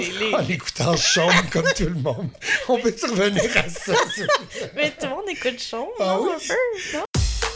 télé. En écoutant Chaume comme tout le monde. On peut-tu revenir à ça? Mais tout le monde écoute Chaume, Ah non, oui? un peu, non?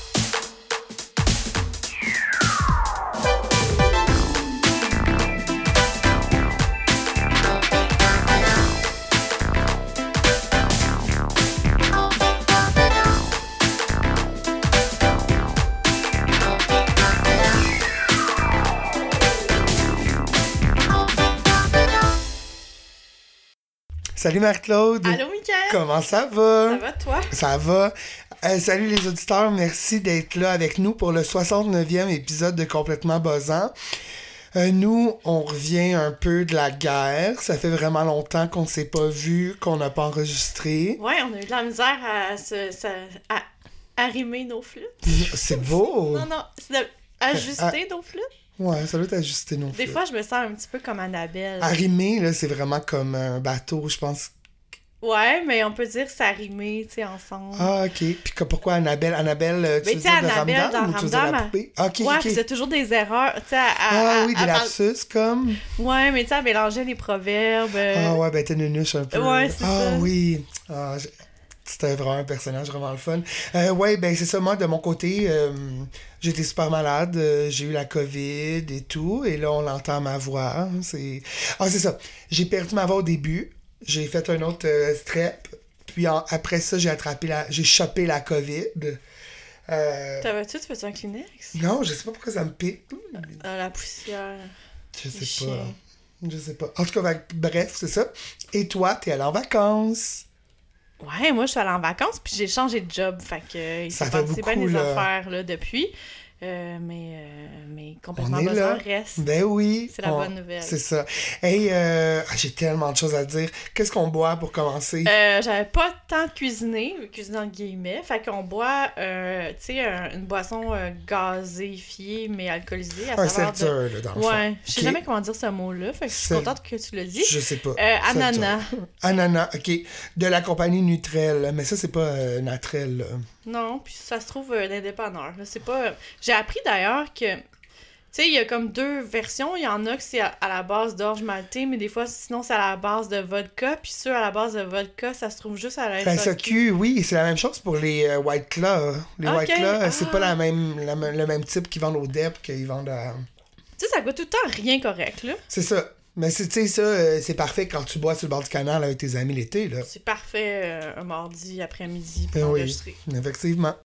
Salut Marc-Claude. Allô, Mickaël? Comment ça va? Ça va, toi? Ça va. Salut les auditeurs, merci d'être là avec nous pour le 69e épisode de Complètement Buzzant. Nous, on revient un peu de la guerre. Ça fait vraiment longtemps qu'on ne s'est pas vu, qu'on n'a pas enregistré. Ouais, on a eu de la misère à arrimer nos flûtes. C'est beau! Non, c'est d'ajuster nos flûtes. Ouais, ça doit être ajusté non Des fois, je me sens un petit peu comme Annabelle. Arrimer, là, c'est vraiment comme un bateau, je pense. Ouais, mais on peut dire s'arrimer, tu sais, ensemble. Ah, ok. Puis pourquoi Annabelle? Annabelle, tu Mais veux tu sais, dire de Annabelle, Ramdam dans ou tu veux dire Ramdam, la poupée? Ah, ok, ouais, ok. elle faisait toujours des erreurs, tu sais. Ah oui, des lapsus, comme... Ouais, mais tu sais, elle mélangeait les proverbes. Ah ouais, ben t'es nunuche un peu. Ouais, c'est ah ça. Oui. Ah, c'était vraiment un personnage vraiment le fun. Ouais, ben c'est ça, moi, de mon côté, j'étais super malade, j'ai eu la COVID et tout, et là, on entend ma voix. C'est ça. J'ai perdu ma voix au début, j'ai fait un autre strep, puis après ça, j'ai chopé la COVID. Tu fais un Kleenex? Non, je sais pas pourquoi ça me pique. La poussière. Je sais Chien. pas. Je sais pas. En tout cas, bref, c'est ça. Et toi, t'es allé en vacances. Ouais, moi, je suis allée en vacances, puis j'ai changé de job. Fait que il Ça s'est fait passé bien beaucoup, des là. affaires là, depuis. Mais complètement On est besoin là. reste. Ben oui. C'est la bonne nouvelle. C'est ça. Hey, j'ai tellement de choses à dire. Qu'est-ce qu'on boit pour commencer? J'avais pas le temps de cuisiner en guillemets. Fait qu'on boit, tu sais, une boisson gazéifiée, mais alcoolisée. À Un savoir seltzer, là, dans le fond. Ouais, je sais Ok. jamais comment dire ce mot-là. Fait que je suis C'est- contente que tu le dis. Je sais pas. Ananas. Seltzer. Ananas, ok. De la compagnie Nutrel. Mais ça, c'est pas Natrel, là. Non, puis ça se trouve d'indépanneur. C'est pas. J'ai appris d'ailleurs que. Tu sais, il y a comme deux versions. Il y en a que c'est à la base d'orge maltée, mais des fois, sinon, c'est à la base de vodka. Puis ceux à la base de vodka, ça se trouve juste à la La SAQ. SAQ, oui, c'est la même chose pour les White Claw. Les Ok, White Claw, c'est ah. pas le même type qu'ils vendent au DEP qu'ils vendent à... Tu sais, ça goûte tout le temps rien correct, là. C'est ça. Mais tu sais, ça, c'est parfait quand tu bois sur le bord du canal avec tes amis l'été, là. C'est parfait un mardi après-midi pour Ben oui, enregistrer. effectivement.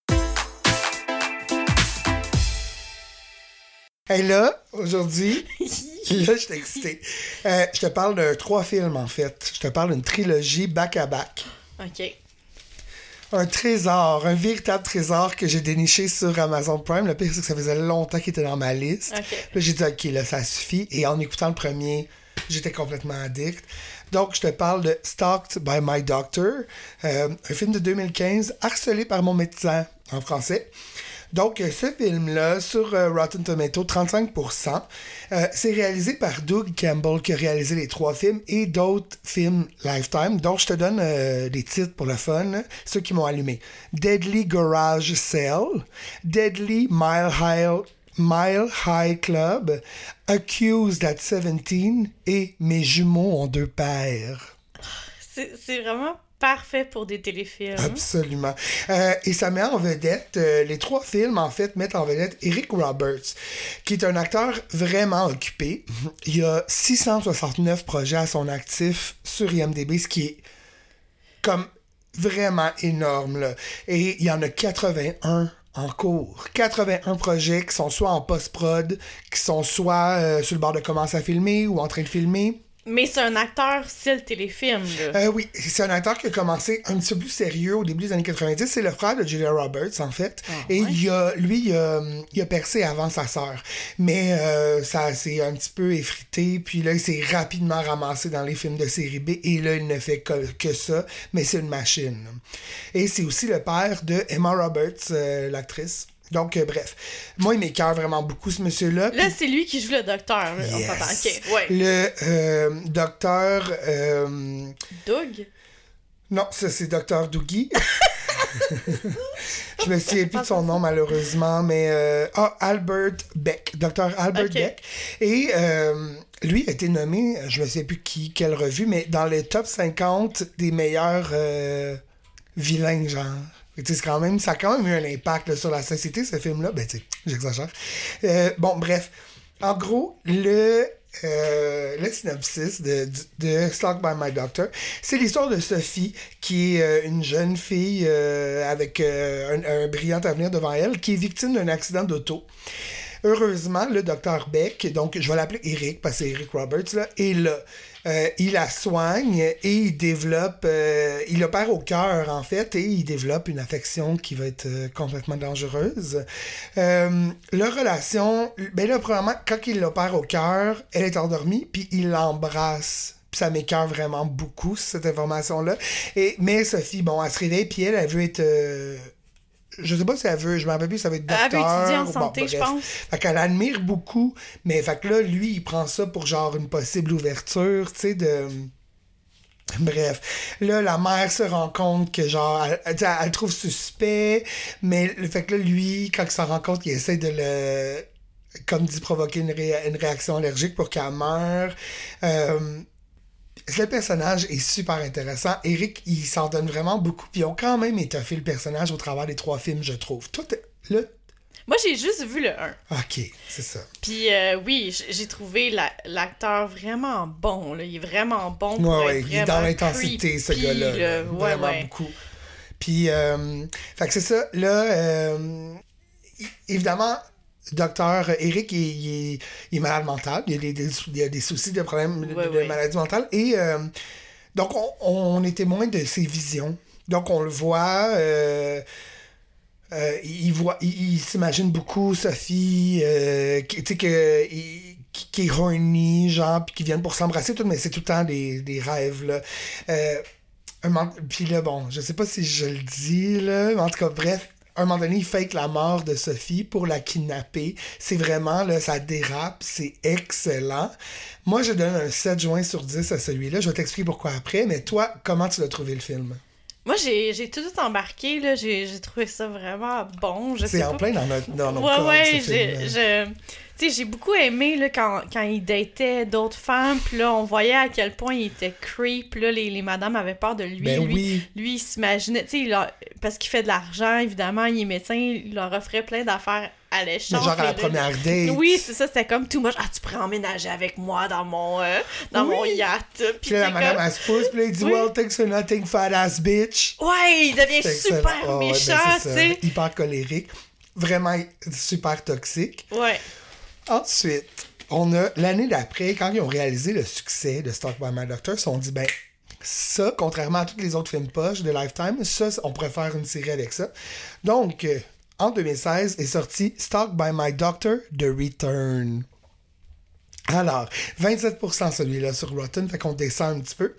Et là, aujourd'hui, là, je suis excité. Je te parle de 3 films, en fait. Je te parle d'une trilogie back-à-back. OK. Un trésor, un véritable trésor que j'ai déniché sur Amazon Prime. Le pire, c'est que ça faisait longtemps qu'il était dans ma liste. OK. Là, j'ai dit, OK, là, ça suffit. Et en écoutant le premier, j'étais complètement addict. Donc, je te parle de Stalked by My Doctor, un film de 2015, Harcelé par mon médecin, en français. Donc, ce film-là, sur Rotten Tomatoes, 35%, c'est réalisé par Doug Campbell, qui a réalisé les 3 films, et d'autres films Lifetime. Donc, je te donne des titres pour le fun, là, ceux qui m'ont allumé. Deadly Garage Sale, Deadly Mile High Club, Accused at 17 et Mes jumeaux ont 2 pères. C'est vraiment parfait pour des téléfilms. Absolument. Et ça met en vedette, les 3 films, en fait, mettent en vedette Eric Roberts, qui est un acteur vraiment occupé. Il y a 669 projets à son actif sur IMDb, ce qui est comme vraiment énorme, là. Et il y en a 81 en cours. 81 projets qui sont soit en post-prod, qui sont soit sur le bord de commencer à filmer ou en train de filmer. Mais c'est un acteur style téléfilm, là. Oui, c'est un acteur qui a commencé un petit peu plus sérieux au début des années 90. C'est le frère de Julia Roberts, en fait. Et ouais? il a percé avant sa sœur. Mais ça s'est un petit peu effrité. Puis là, il s'est rapidement ramassé dans les films de série B. Et là, il ne fait que ça. Mais c'est une machine. Et c'est aussi le père de Emma Roberts, l'actrice. Donc, bref. Moi, il m'écoeure vraiment beaucoup, ce monsieur-là. Là, c'est lui qui joue le docteur, là. On Yes. s'entend. OK, ouais. Le docteur... Doug? Non, ça, c'est Docteur Doogie. Je me souviens plus de son nom, malheureusement, mais... Albert Beck, Dr. Albert Beck. Et lui a été nommé, je me souviens plus quelle revue, mais dans le top 50 des meilleurs vilains, genre. C'est quand même, ça a quand même eu un impact là, sur la société, ce film-là. Ben, tu sais, j'exagère. Bon, bref. En gros, le synopsis de Stalked by My Doctor, c'est l'histoire de Sophie, qui est une jeune fille avec un brillant avenir devant elle, qui est victime d'un accident d'auto. Heureusement, le Dr. Beck, donc je vais l'appeler Eric, parce que c'est Eric Roberts, là, est là. Il la soigne et il développe, il opère au cœur en fait, et il développe une affection qui va être complètement dangereuse. Leur relation, ben là, premièrement, quand il l'opère au cœur, elle est endormie, puis il l'embrasse. Puis ça m'écoeure vraiment beaucoup, cette information-là. Mais Sophie, bon, elle se réveille, puis elle veut être... je sais pas si elle veut, je m'en rappelle plus, ça va être docteur. Elle veut étudier en santé, je pense. Fait qu'elle admire beaucoup, mais fait que là, lui, il prend ça pour genre une possible ouverture, tu sais, de... Bref. Là, la mère se rend compte que genre, elle trouve suspect, mais le fait que là, lui, quand il s'en rend compte, il essaie de le... comme dit, provoquer une réaction allergique pour qu'elle meure. Le personnage est super intéressant. Eric, il s'en donne vraiment beaucoup. Puis ils ont quand même étoffé le personnage au travers des 3 films, je trouve. Tout là. Moi, j'ai juste vu le 1. OK, c'est ça. Puis oui, j'ai trouvé l'acteur vraiment bon. Là. Il est vraiment bon pour être il est dans l'intensité, creepy, ce gars-là. là. Vraiment beaucoup. Puis, fait que c'est ça. Là, évidemment... Docteur Eric, il est malade mental. Il y a des soucis, de problèmes de maladie mentale. Et donc, on est témoin de ses visions. Donc, on le voit. Il s'imagine beaucoup Sophie, qui est horny, genre, puis qui viennent pour s'embrasser, tout, mais c'est tout le temps des rêves, là. Puis là, bon, je sais pas si je le dis, là, mais en tout cas, bref. À un moment donné, il fake la mort de Sophie pour la kidnapper. C'est vraiment, là, ça dérape, c'est excellent. Moi, je donne un 7 juin sur 10 à celui-là. Je vais t'expliquer pourquoi après, mais toi, comment tu l'as trouvé le film? Moi, j'ai tout embarqué, là. J'ai trouvé ça vraiment bon. C'est en plein dans notre ouais, tu sais, j'ai beaucoup aimé là, quand il datait d'autres femmes, puis là, on voyait à quel point il était creep, là, les madames avaient peur de lui. Ben lui, il s'imaginait, tu sais, parce qu'il fait de l'argent, évidemment, il est médecin, il leur offrait plein d'affaires alléchantes. Genre à la première date. Oui, c'est ça, c'était comme too much. Ah, tu pourrais emménager avec moi dans mon yacht. Puis là, la madame, elle se pousse, puis là, il dit, well, thanks for nothing, fat ass bitch. Ouais, il devient super méchant, tu sais. Hyper colérique. Vraiment super toxique. Ouais. Ensuite, on a l'année d'après, quand ils ont réalisé le succès de Stalked by My Doctor, ils se sont dit, ben, ça, contrairement à tous les autres films poches de Lifetime, ça, on pourrait faire une série avec ça. Donc, en 2016, est sorti Stalked by My Doctor, The Return. Alors, 27% celui-là sur Rotten, fait qu'on descend un petit peu.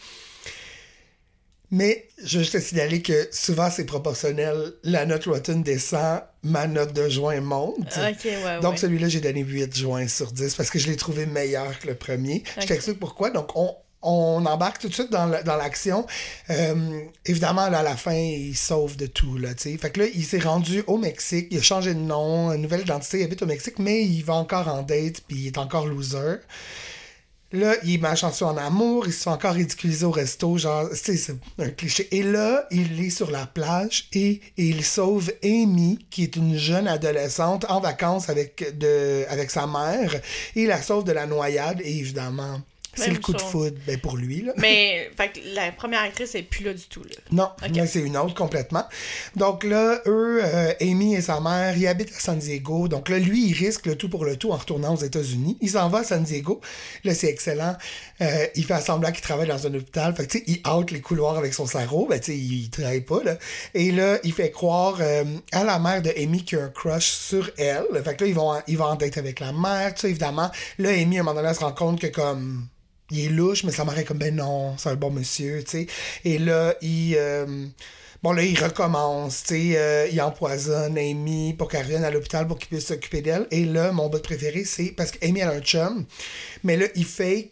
Mais je veux juste te signaler que souvent c'est proportionnel. La note Rotten descend, ma note de juin monte. Donc celui-là, j'ai donné 8 juin sur 10 parce que je l'ai trouvé meilleur que le premier. Je t'explique pourquoi. Donc on embarque tout de suite dans l'action. Évidemment, là, à la fin, il sauve de tout. Là, t'sais. Fait que là, il s'est rendu au Mexique. Il a changé de nom, une nouvelle identité. Il habite au Mexique, mais il va encore en date puis il est encore loser. Là, il est malchanceux en amour, il se fait encore ridiculiser au resto, genre, c'est un cliché. Et là, il est sur la plage et il sauve Amy, qui est une jeune adolescente en vacances avec sa mère, et il la sauve de la noyade, et évidemment, c'est le coup de foudre pour lui. Là. Mais fait que la première actrice n'est plus là du tout. Là. Non, mais c'est une autre complètement. Donc là, eux, Amy et sa mère, ils habitent à San Diego. Donc là, lui, il risque le tout pour le tout en retournant aux États-Unis. Il s'en va à San Diego. Là, c'est excellent. Il fait semblant qu'il travaille dans un hôpital. Fait que, tu sais, il hâte les couloirs avec son sarrau. Ben, tu sais, il travaille pas, là. Et là, il fait croire à la mère de Amy qu'il a un crush sur elle. Fait que là, ils vont en date avec la mère, tu sais, évidemment. Là, Amy, à un moment donné, elle se rend compte que, comme... il est louche, mais sa mère est comme, ben non, c'est un bon monsieur, tu sais. Et là, il recommence, tu sais, il empoisonne Amy pour qu'elle revienne à l'hôpital pour qu'il puisse s'occuper d'elle. Et là, mon bout préféré, c'est parce qu'Amy, elle a un chum, mais là,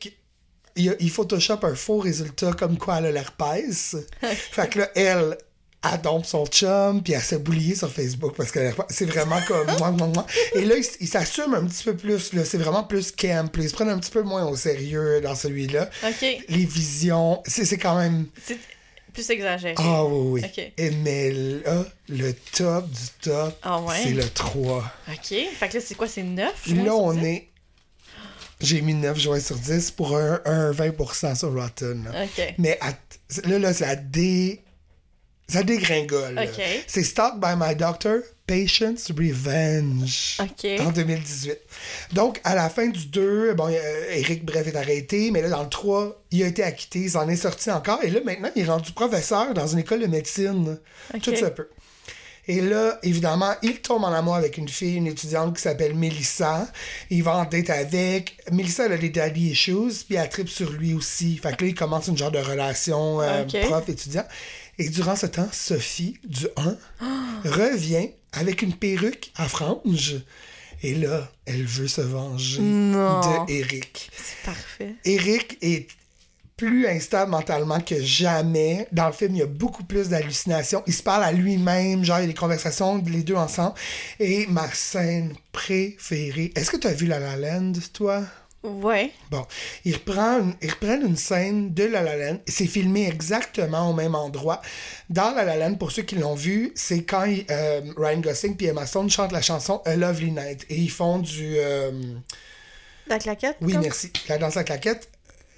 il photoshop un faux résultat comme quoi elle a l'herpès. Fait que là, elle elle dompe son chum, puis elle s'est bouliée sur Facebook parce que c'est vraiment comme moi. Et là, il s'assume un petit peu plus, là. C'est vraiment plus camp. Ils se prennent un petit peu moins au sérieux dans celui-là. OK. Les visions, c'est quand même... C'est plus exagéré. Ah oui. OK. Et mais là, le top du top, c'est le 3. OK. Fait que là, c'est quoi? C'est 9? Là, on est... J'ai mis 9 joints sur 10 pour un 20% sur Rotten. Là. OK. Mais là, ça dégringole. OK. C'est Stalked by My Doctor, Patience Revenge. OK. En 2018. Donc, à la fin du 2, bon, Eric Bref est arrêté, mais là, dans le 3, il a été acquitté, il s'en est sorti encore, et là, maintenant, il est rendu professeur dans une école de médecine. OK. Tout ça peut. Et là, évidemment, il tombe en amour avec une fille, une étudiante qui s'appelle Melissa. Il va en date avec. Melissa, elle a des daddy issues, puis elle tripe sur lui aussi. Fait que là, il commence une genre de relation prof-étudiant. Et durant ce temps, Sophie, du 1, revient avec une perruque à franges. Et là, elle veut se venger de Eric. C'est parfait. Eric est plus instable mentalement que jamais. Dans le film, il y a beaucoup plus d'hallucinations. Il se parle à lui-même, genre, il y a des conversations, les deux ensemble. Et ma scène préférée... Est-ce que tu as vu La La Land, toi? Ouais. Bon, ils reprennent une scène de La La Land. C'est filmé exactement au même endroit. Dans La La Land, pour ceux qui l'ont vu, c'est quand Ryan Gosling et Emma Stone chantent la chanson A Lovely Night. Et ils font du... La claquette? Oui, merci. La danse à claquette.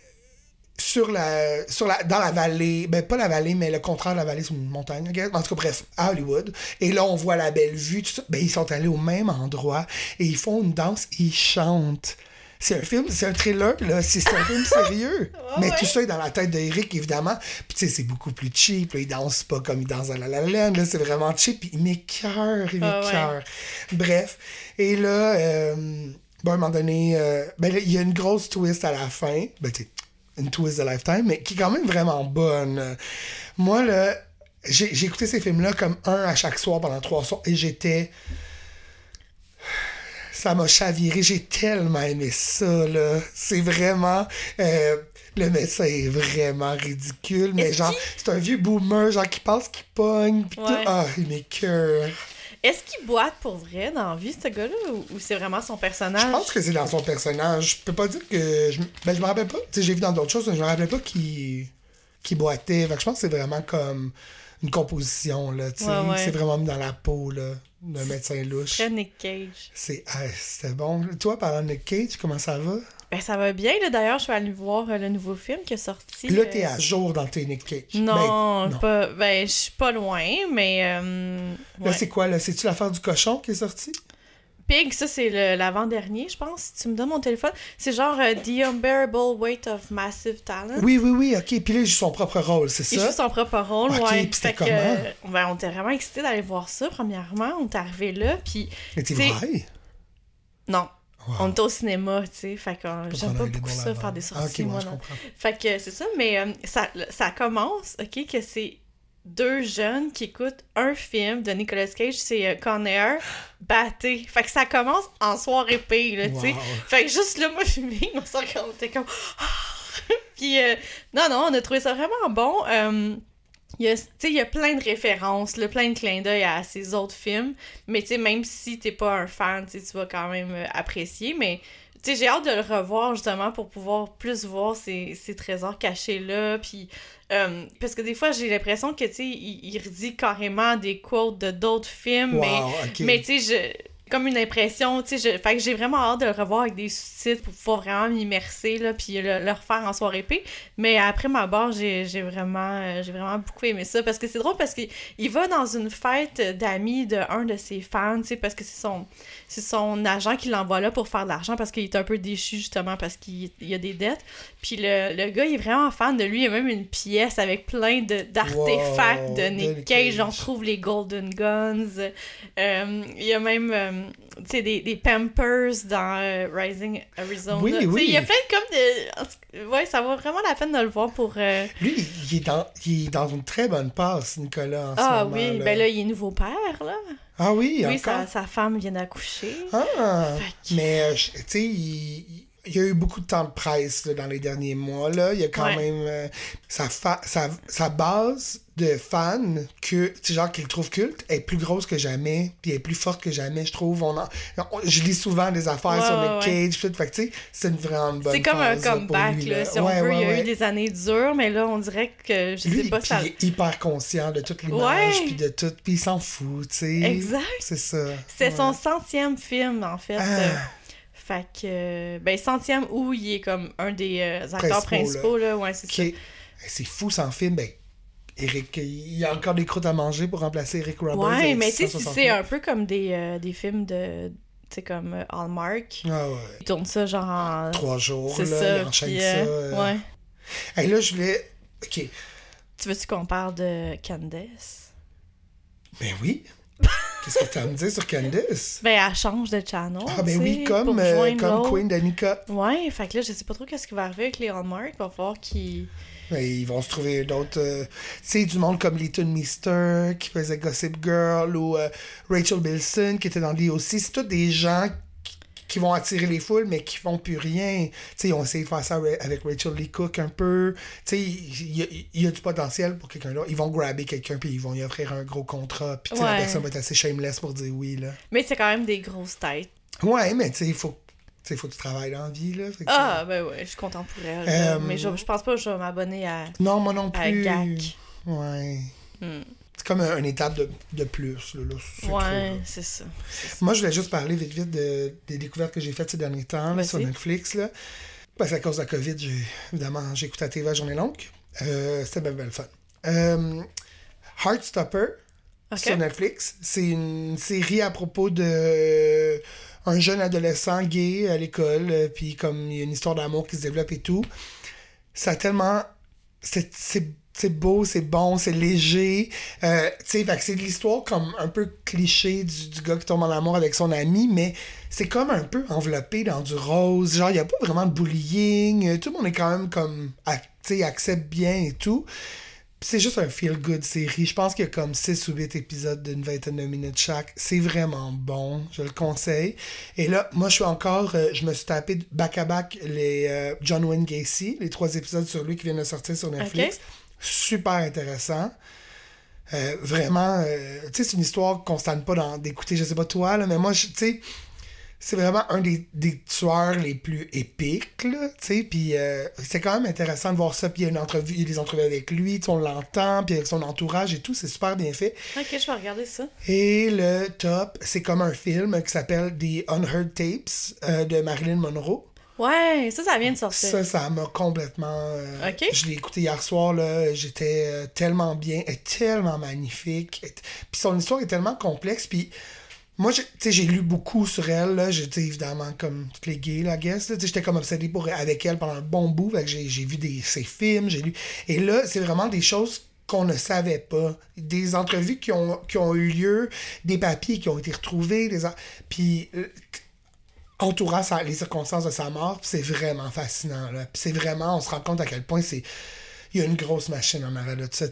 Dans la vallée, ben pas la vallée, mais le contraire de la vallée, c'est une montagne, okay? En tout cas, bref, à Hollywood. Et là, on voit la belle vue, tout ça. Ben, ils sont allés au même endroit et ils font une danse, ils chantent. C'est un film, c'est un thriller, là. C'est un film sérieux. Mais tout ça est dans la tête d'Eric, évidemment. Puis, tu sais, c'est beaucoup plus cheap. Là. Il danse pas comme il danse dans La La Land. Là. C'est vraiment cheap. Puis, il m'écoeure. Bref. Et là, bon, à un moment donné, ben, il y a une grosse twist à la fin. Ben, tu sais, une twist de Lifetime, mais qui est quand même vraiment bonne. Moi, là, j'ai écouté ces films-là comme un à chaque soir pendant 3 soirs et j'étais... Ça m'a chaviré. J'ai tellement aimé ça, là. C'est vraiment... le médecin est vraiment ridicule, mais genre, c'est un vieux boomer, genre, qui passe, qui pogne, pis tout. Ah, il m'écoeure. Est-ce qu'il boite pour vrai dans la vie, ce gars-là, ou c'est vraiment son personnage? Je pense que c'est dans son personnage. Je peux pas dire que... je me rappelle pas. Tu sais, j'ai vu dans d'autres choses, mais je me rappelle pas qu'il boitait. Fait que je pense que c'est vraiment comme une composition, là, tu sais. C'est vraiment mis dans la peau, là, d'un médecin louche. Très Nick Cage. C'était bon. Toi, parlant de Nick Cage, comment ça va? Ben, ça va bien, là. D'ailleurs, je suis allée voir le nouveau film qui est sorti. Là, t'es à jour dans tes Nick Cage. Non. Pas... Ben, je suis pas loin, mais... Là, c'est quoi, là? C'est-tu l'affaire du cochon qui est sortie? Pig, ça, c'est l'avant-dernier, je pense. Si tu me donnes mon téléphone. C'est genre The Unbearable Weight of Massive Talent. Oui, OK. Puis là, il joue son propre rôle, c'est ça? Il joue son propre rôle, ouais. Puis c'était comment? Ben, on était vraiment excités d'aller voir ça, premièrement. On est arrivé là, puis... Mais t'es vrai? Non. Wow. On était au cinéma, tu sais, fait que j'aime pas beaucoup ça, faire des sorties, moi, non. Fait que c'est ça, mais ça commence, OK, que c'est 2 jeunes qui écoutent un film de Nicolas Cage, c'est Con Air, Batté. Fait que ça commence en soirée pire, là, tu sais. Fait que juste là, moi, filmé, on s'en était comme... Puis, non, on a trouvé ça vraiment bon. Il y a plein de références, là, plein de clins d'œil à ces autres films, mais même si t'es pas un fan, tu vas quand même apprécier, mais j'ai hâte de le revoir justement pour pouvoir plus voir ces trésors cachés-là, puis parce que des fois j'ai l'impression que il redit carrément des quotes de d'autres films, mais comme une impression, fait que j'ai vraiment hâte de le revoir avec des sous-titres pour pouvoir vraiment m'immerser, là, puis le refaire en soirée épée. Mais après ma barre, j'ai vraiment beaucoup aimé ça, parce que c'est drôle, parce qu'il va dans une fête d'amis d'un de ses fans, parce que c'est son agent qui l'envoie là pour faire de l'argent, parce qu'il est un peu déchu, justement, parce qu'il y a des dettes. Puis le gars, il est vraiment fan de lui. Il y a même une pièce avec plein d'artefacts de Nick Cage. On trouve les Golden Guns. Il y a même des Pampers dans Rising Arizona. Oui. Il y a plein de... Ouais, ça vaut vraiment la peine de le voir pour... Lui, il est dans une très bonne passe, Nicolas, en ce moment. Oui, là. Ben là, il est nouveau père, là. Ah oui, oui, encore? sa femme vient d'accoucher. Mais, tu sais, il y a eu beaucoup de temps de presse là, dans les derniers mois. Là. Il y a quand même... sa base de fans que, genre, qu'ils trouvent culte, est plus grosse que jamais, puis elle est plus forte que jamais, je trouve. Je lis souvent des affaires sur Nick Cage, tout, fait que, tu sais, c'est une vraiment bonne c'est comme phase, un comeback, lui, là. Si on veut, il y a eu des années dures, mais là, on dirait que, je lui, sais pas, ça... il est hyper conscient de toute l'image, puis de tout, puis il s'en fout, tu sais. Exact. C'est ça. C'est son 100e film, en fait. Fait que, ben, 100e où il est comme un des acteurs principaux, là. Ouais, c'est ça. C'est fou, sans film, ben... Eric, il y a encore des croûtes à manger pour remplacer Eric Roberts. Ouais, mais tu sais, c'est un peu comme des films de... Tu sais, comme Hallmark. Ah ouais. Ils tournent ça genre en... 3 jours, c'est là, ça, ils enchaînent puis, ça. Ouais. Et là, je voulais... OK. Tu veux-tu qu'on parle de Candace? Ben oui. Qu'est-ce que tu as à me dire sur Candace? Ben, elle change de channel. Ah ben oui, comme Queen Danica. Ouais, fait que là, je sais pas trop qu'est-ce qui va arriver avec les Hallmark. Il va falloir qu'ils... Ben, ils vont se trouver d'autres... tu sais, du monde comme Leighton Meester, qui faisait Gossip Girl, ou Rachel Bilson, qui était dans DOC. C'est tous des gens qui vont attirer les foules, mais qui font plus rien. Tu sais, ils ont essayé de faire ça avec Rachel Lee Cook un peu. Tu sais, il y a du potentiel pour quelqu'un d'autre. Ils vont grabber quelqu'un, puis ils vont lui offrir un gros contrat, puis la personne va être assez shameless pour dire oui, là. Mais c'est quand même des grosses têtes. Ouais, mais tu sais, il faut que tu travailles dans la vie, là. Ben ouais, je suis contente pour elle. Mais je pense pas que je vais m'abonner à... Non, moi non plus. À GAC. Ouais. C'est comme une étape de plus, là. C'est ça. Moi, je voulais juste parler vite des découvertes que j'ai faites ces derniers temps là, sur Netflix, là. Parce qu'à cause de la COVID, évidemment, j'ai écouté la TV à journée longue. C'était bien le fun. Heartstopper, sur Netflix. C'est une série à propos de un jeune adolescent gay à l'école, puis comme il y a une histoire d'amour qui se développe et tout. Ça a tellement... C'est beau, c'est bon, c'est léger. Tu sais, c'est de l'histoire comme un peu cliché du gars qui tombe en amour avec son ami, mais c'est comme un peu enveloppé dans du rose. Genre, il n'y a pas vraiment de bullying. Tout le monde est quand même comme... Tu sais, accepte bien et tout. Puis c'est juste un feel-good série. Je pense qu'il y a comme 6 ou 8 épisodes d'une vingtaine de minutes chaque. C'est vraiment bon. Je le conseille. Et là, moi, je me suis tapé back-à-back les John Wayne Gacy, les 3 épisodes sur lui qui viennent de sortir sur Netflix. Okay. Super intéressant. Vraiment, tu sais, c'est une histoire qu'on ne se tente pas d'écouter, je sais pas toi, là, mais moi, tu sais, c'est vraiment un des tueurs les plus épiques, là, tu sais, puis c'est quand même intéressant de voir ça, puis il y a des entrevues avec lui, on l'entend, puis avec son entourage et tout, c'est super bien fait. Ok, je vais regarder ça. Et le top, c'est comme un film qui s'appelle The Unheard Tapes de Marilyn Monroe. Ouais, ça vient de sortir. Ça m'a complètement... OK. Je l'ai écouté hier soir, là, j'étais tellement bien, elle est tellement magnifique, puis son histoire est tellement complexe, puis moi, j'ai lu beaucoup sur elle, là, j'étais évidemment comme tous les gays, là, I guess, là, j'étais comme obsédé avec elle pendant un bon bout, fait que j'ai vu ses films, j'ai lu, et là, c'est vraiment des choses qu'on ne savait pas, des entrevues qui ont eu lieu, des papiers qui ont été retrouvés, puis... entourant les circonstances de sa mort, c'est vraiment fascinant, là. Puis c'est vraiment, on se rend compte à quel point il y a une grosse machine en arrière de tout ça.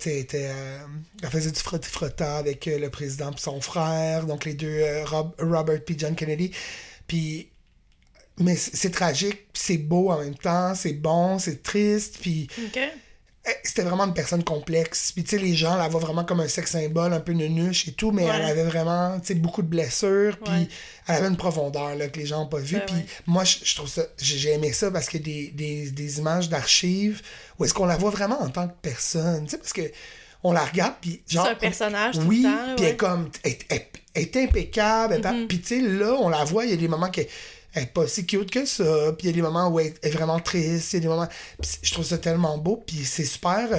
Elle faisait du frotti-frotta avec le président et son frère, donc les deux, Robert et John Kennedy. Puis, mais c'est tragique, puis c'est beau en même temps, c'est bon, c'est triste, puis... Okay. C'était vraiment une personne complexe. Puis, tu sais, les gens la voient vraiment comme un sex symbole, un peu nunuche et tout, mais elle avait vraiment, tu sais, beaucoup de blessures, puis elle avait une profondeur, là, que les gens n'ont pas vue. Puis, moi, je trouve ça, j'ai aimé ça parce qu'il y a des images d'archives où est-ce qu'on la voit vraiment en tant que personne, tu sais, parce que on la regarde, puis genre... C'est un personnage tout le temps, puis elle est impeccable, puis, tu sais, là, on la voit, il y a des moments que... Elle n'est pas si cute que ça, puis il y a des moments où elle est vraiment triste, il y a des moments... Puis je trouve ça tellement beau, puis c'est super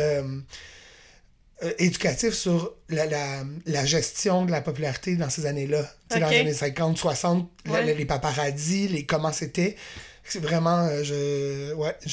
éducatif sur la gestion de la popularité dans ces années-là. Tu sais, dans les années 50, 60, les paparazzis, comment c'était. C'est vraiment... je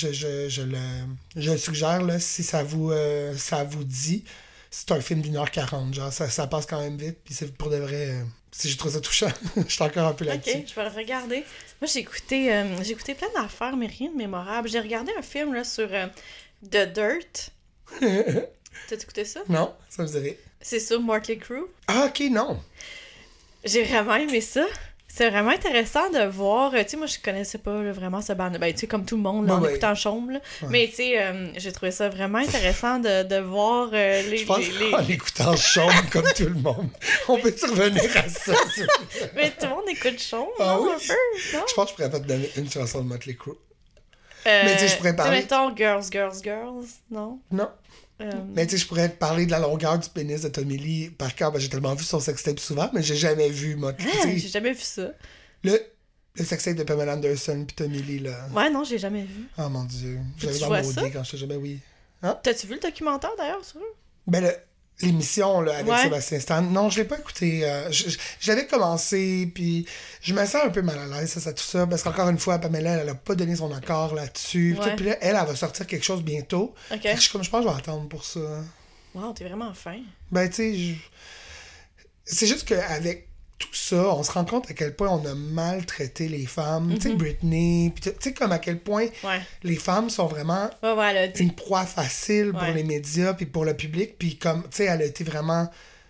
le suggère, là, si ça vous dit. C'est un film d'1h40, genre, ça passe quand même vite, puis c'est pour de vrai... si je trouve ça touchant, je suis encore un peu là-dessus. Ok, je vais le regarder. Moi, j'ai écouté plein d'affaires, mais rien de mémorable. J'ai regardé un film là, sur The Dirt. T'as écouté ça? Non, ça me dirait. C'est sur Motley Crue. Ah, ok, non. J'ai vraiment aimé ça. c'est vraiment intéressant de voir. Tu sais, moi, je connaissais pas là, vraiment ce band. Ben, tu sais, comme tout le monde, là, en écoutant Chaume. Là. Ouais. Mais, tu sais, j'ai trouvé ça vraiment intéressant de voir les. Je pense en écoutant Chaume, comme tout le monde. On peut revenir à ça. Mais tout le monde écoute Chaume, ah, non, oui? Un peu? Non? Je pense que je pourrais pas te donner une chanson de Motley Crue. Mais, tu sais, je pourrais parler. Mettons Girls, Girls, Girls, non? Non. Mais tu sais, je pourrais te parler de la longueur du pénis de Tommy Lee par cœur. Ben, j'ai tellement vu son sextape souvent, mais j'ai jamais vu Motley. J'ai jamais vu ça. Le sextape de Pamela Anderson puis Tommy Lee, là. Ouais, non, j'ai jamais vu. Oh mon Dieu. J'avais dans mon quand j'étais jamais, oui. Hein? T'as-tu vu le documentaire d'ailleurs sur eux? Ben, l'émission là, avec Sébastien Stan. Non, je l'ai pas écouté. Je l'avais commencé, puis je me sens un peu mal à l'aise, ça, tout ça, parce qu'encore une fois, Pamela, elle a pas donné son accord là-dessus. Puis là, elle va sortir quelque chose bientôt. Okay. Je pense que je vais attendre pour ça. Wow, t'es vraiment fin. Ben, tu sais, c'est juste qu'avec tout ça, on se rend compte à quel point on a maltraité les femmes. Tu sais, Britney, tu sais, comme à quel point les femmes sont vraiment une proie facile pour les médias puis pour le public. Puis comme, tu sais, elle a été vraiment...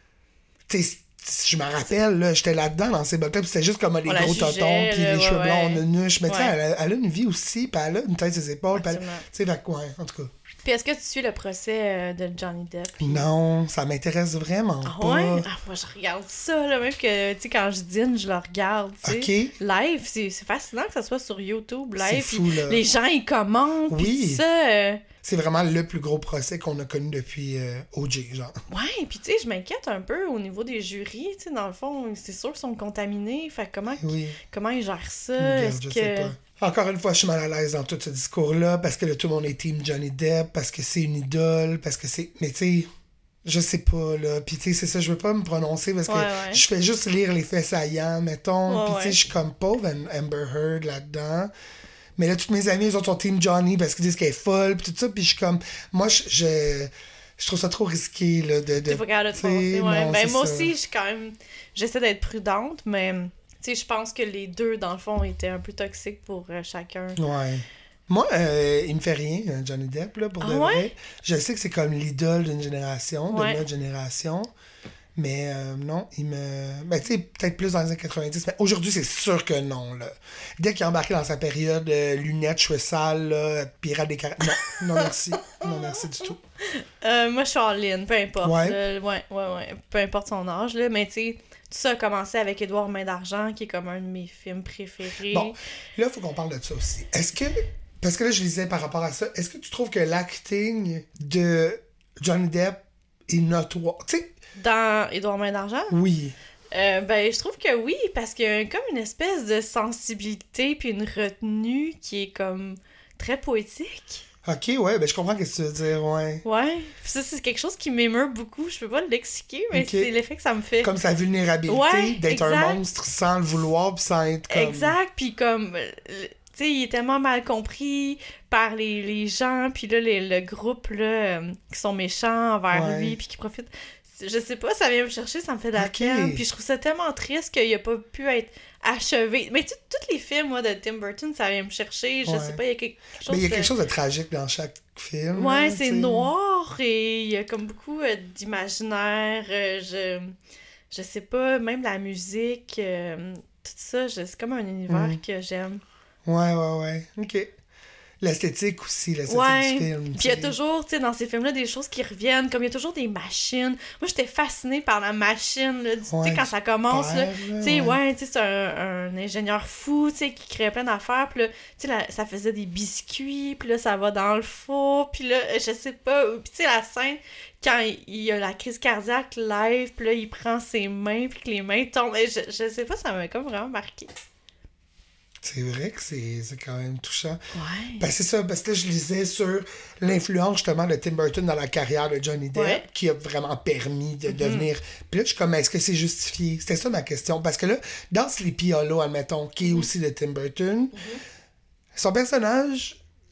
Tu sais, je me rappelle, là, j'étais là-dedans dans ces blocs-là, puis c'était juste comme les gros totons, puis les cheveux blonds, nuche. Mais tu sais, elle a une vie aussi, puis elle a une tête sur ses épaules. Tu sais, en tout cas... Puis est-ce que tu suis le procès de Johnny Depp? Non, ça m'intéresse vraiment pas. Ouais? Ah, moi, je regarde ça, là, même que, tu sais, quand je dîne, je le regarde, tu sais. Live, c'est fascinant que ça soit sur YouTube, live. C'est fou, là. Les gens, ils commentent, puis ça... C'est vraiment le plus gros procès qu'on a connu depuis O.J., genre. Ouais, puis tu sais, je m'inquiète un peu au niveau des jurys, tu sais, dans le fond, c'est sûr qu'ils sont contaminés, fait comment ils gèrent ça? Je sais pas. Encore une fois, je suis mal à l'aise dans tout ce discours-là, parce que là, tout le monde est team Johnny Depp, parce que c'est une idole, parce que c'est... Mais tu sais, je sais pas, là. Puis tu sais, c'est ça, je veux pas me prononcer, parce que je fais juste lire les faits saillants, mettons. Puis tu sais, je suis comme pauvre Amber Heard là-dedans. Mais là, toutes mes amies, eux autres sont team Johnny, parce qu'ils disent qu'elle est folle, puis tout ça. Puis je suis comme... Moi, je trouve ça trop risqué, là, de... T'es pas capable de te prononcer, ouais. Ben, moi aussi, je suis quand même... J'essaie d'être prudente, mais... Tu sais, je pense que les deux, dans le fond, étaient un peu toxiques pour chacun. Ouais. Moi, il me fait rien, Johnny Depp, là, pour de vrai. Je sais que c'est comme l'idole d'une génération, de notre génération. Mais non, il me... Ben, tu sais, peut-être plus dans les années 90, mais aujourd'hui, c'est sûr que non, là. Dès qu'il est embarqué dans sa période lunettes, cheveux sales, là, Pirates des Caraïbes... Non, merci. Non, merci du tout. Moi, je suis en ligne, peu importe. Ouais. Ouais. Peu importe son âge, là. Mais tu sais, tout ça a commencé avec Édouard Main d'Argent, qui est comme un de mes films préférés. Bon, là, il faut qu'on parle de ça aussi. Est-ce que... Parce que là, je lisais par rapport à ça, est-ce que tu trouves que l'acting de Johnny Depp est notoire? Tu sais... Dans Édouard Main d'Argent? Oui. Ben, je trouve que oui, parce qu'il y a comme une espèce de sensibilité puis une retenue qui est comme très poétique. Ok, ouais, ben je comprends ce que tu veux dire, ouais. Ouais, puis ça, c'est quelque chose qui m'émeut beaucoup. Je peux pas l'expliquer, mais c'est l'effet que ça me fait. Comme sa vulnérabilité d'être un monstre sans le vouloir puis sans être comme... Exact, puis comme... Tu sais, il est tellement mal compris par les gens, puis là, le groupe, là, qui sont méchants envers lui, puis qui profitent... Je sais pas, ça vient me chercher, ça me fait de la peine. Puis je trouve ça tellement triste qu'il a pas pu être achevé. Mais tous les films, moi, de Tim Burton, ça vient me chercher. Je sais pas, il y a quelque chose... Mais il y a quelque chose de tragique dans chaque film. Ouais, c'est noir et il y a comme beaucoup d'imaginaire. Je sais pas, même la musique, tout ça, c'est comme un univers que j'aime. Ouais. OK. L'esthétique aussi, du film. Puis il y a toujours, tu sais, dans ces films-là, des choses qui reviennent, comme il y a toujours des machines. Moi, j'étais fascinée par la machine, tu sais, quand ça commence, tu sais, c'est un ingénieur fou, tu sais, qui crée plein d'affaires, puis là, tu sais, ça faisait des biscuits, puis là, ça va dans le four, puis là, je sais pas, puis tu sais, la scène, quand il a la crise cardiaque live, puis là, il prend ses mains, puis que les mains tombent, je sais pas, ça m'a comme vraiment marqué. C'est vrai que c'est quand même touchant. Ouais. Ben c'est ça, parce que là, je lisais sur l'influence justement de Tim Burton dans la carrière de Johnny Depp, qui a vraiment permis de devenir... Puis là, je suis comme, est-ce que c'est justifié? C'était ça ma question. Parce que là, dans Sleepy Hollow, admettons, qui est aussi de Tim Burton, son personnage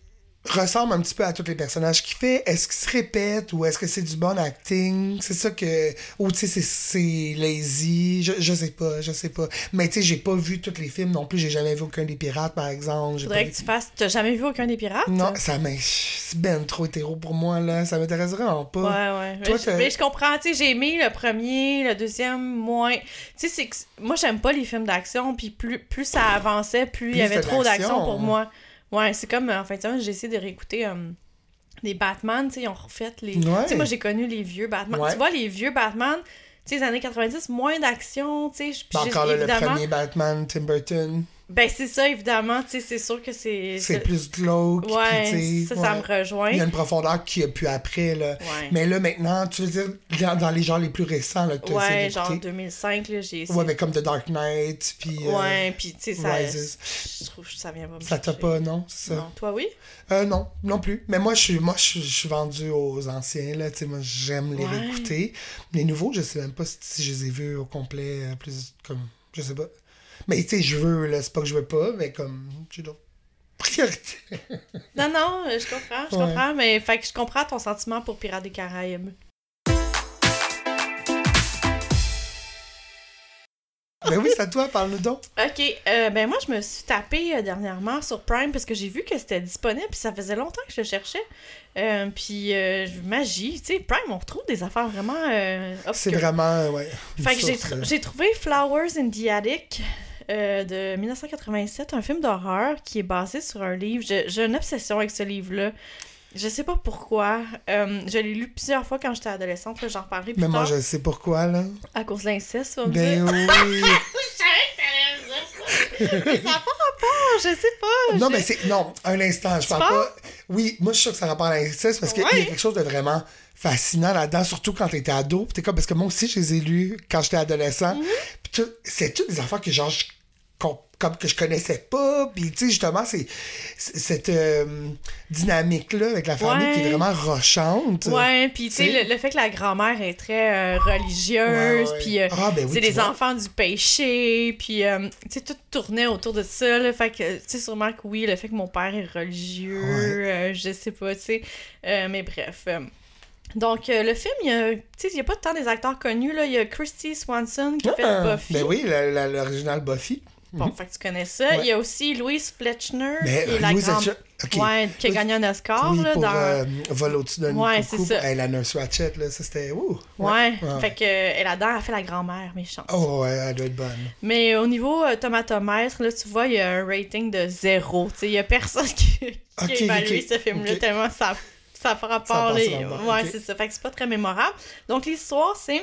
ressemble un petit peu à tous les personnages qu'il fait. Est-ce qu'il se répète ou est-ce que c'est du bon acting? C'est ça que... Ou tu sais, c'est lazy. Je sais pas. Mais tu sais, j'ai pas vu tous les films non plus. J'ai jamais vu aucun des pirates, par exemple. Faudrait que tu fasses... T'as jamais vu aucun des pirates? Non, c'est ben trop hétéro pour moi, là. Ça m'intéresse vraiment pas. Ouais. Toi, mais je comprends, tu sais, j'ai aimé le premier, le deuxième, moins. Tu sais, c'est que moi, j'aime pas les films d'action, puis plus ça avançait, plus il y avait trop d'action pour moi. Ouais, c'est comme, en fait, j'ai essayé de réécouter des Batman, tu sais, ils ont refait les... Tu sais, moi, j'ai connu les vieux Batman. Ouais. Tu vois, les vieux Batman, tu sais, les années 90, moins d'action, tu sais. Encore le premier Batman, Tim Burton. Ben, c'est ça, évidemment, tu sais, c'est sûr que c'est... C'est plus glauque. Ouais, pis, ça me rejoint. Il y a une profondeur qu'il n'y a plus après, là. Ouais. Mais là, maintenant, tu veux dire, dans les genres les plus récents, là, ouais, genre 2005, là, j'ai... Ouais, mais comme The Dark Knight, puis... ouais, puis tu sais, ça... Rises. Je trouve que ça vient pas me Ça t'a pas, non? C'est ça? Non. Toi, oui? Non plus. Mais moi, je suis vendu aux anciens, là, tu sais, moi, j'aime les réécouter. Les nouveaux, je sais même pas si je les ai vus au complet, plus comme... Je sais pas. Mais tu sais, je veux, là, c'est pas que je veux pas, mais comme, j'ai d'autres priorités. non, je comprends, mais fait que je comprends ton sentiment pour Pirates des Caraïbes. Ben oui, c'est à toi, parle-nous donc. Ok, ben moi, je me suis tapée dernièrement sur Prime parce que j'ai vu que c'était disponible, puis ça faisait longtemps que je le cherchais. Puis magie, tu sais, Prime, on retrouve des affaires vraiment obscures. C'est vraiment, ouais. Fait que j'ai trouvé Flowers in the Attic de 1987, un film d'horreur qui est basé sur un livre. J'ai une obsession avec ce livre-là. Je sais pas pourquoi. Je l'ai lu plusieurs fois quand j'étais adolescente, là, j'en reparlerai plus tard. Mais moi, je sais pourquoi, là. À cause de l'inceste, on me ben dire. Oui! Je savais que t'allais me dire ça! Mais ça n'a pas rapport, je sais pas. Non, mais c'est... Non, un instant, je parle pas... Oui, moi, je suis sûr que ça a rapport à l'inceste parce qu'il y a quelque chose de vraiment fascinant là-dedans, surtout quand t'étais ado. T'es comme... Parce que moi aussi, je les ai lus quand j'étais adolescent. Puis c'est toutes des affaires que, genre, comme que je connaissais pas, puis tu sais, justement, c'est cette dynamique-là avec la famille qui est vraiment rochante. Ouais, puis tu sais, le fait que la grand-mère est très religieuse, puis c'est des enfants du péché, puis tu sais, tout tournait autour de ça, là, fait que, tu sais, sûrement que oui, le fait que mon père est religieux, je sais pas, tu sais, mais bref... Donc, le film, il y a pas tant des acteurs connus, là, il y a Christy Swanson qui a fait Buffy. Ben oui, l'original Buffy. Bon, fait que tu connais ça. Ouais. Il y a aussi Louise Fletchner, qui est la Louise grande... Okay. qui a gagné un Oscar. Oui, là, pour dans... Vol au-dessus d'un c'est ça. Hey, la Nurse Ratched, là, ça c'était... Fait que elle là-dedans, elle fait la grand-mère méchante. Oh, ouais, elle doit être bonne. Mais au niveau tomatomètre, là, tu vois, il y a un rating de 0. Tu sais, il y a personne qui a évalué ce film-là tellement ça fera parler. C'est ça. Fait que c'est pas très mémorable. Donc, l'histoire, c'est...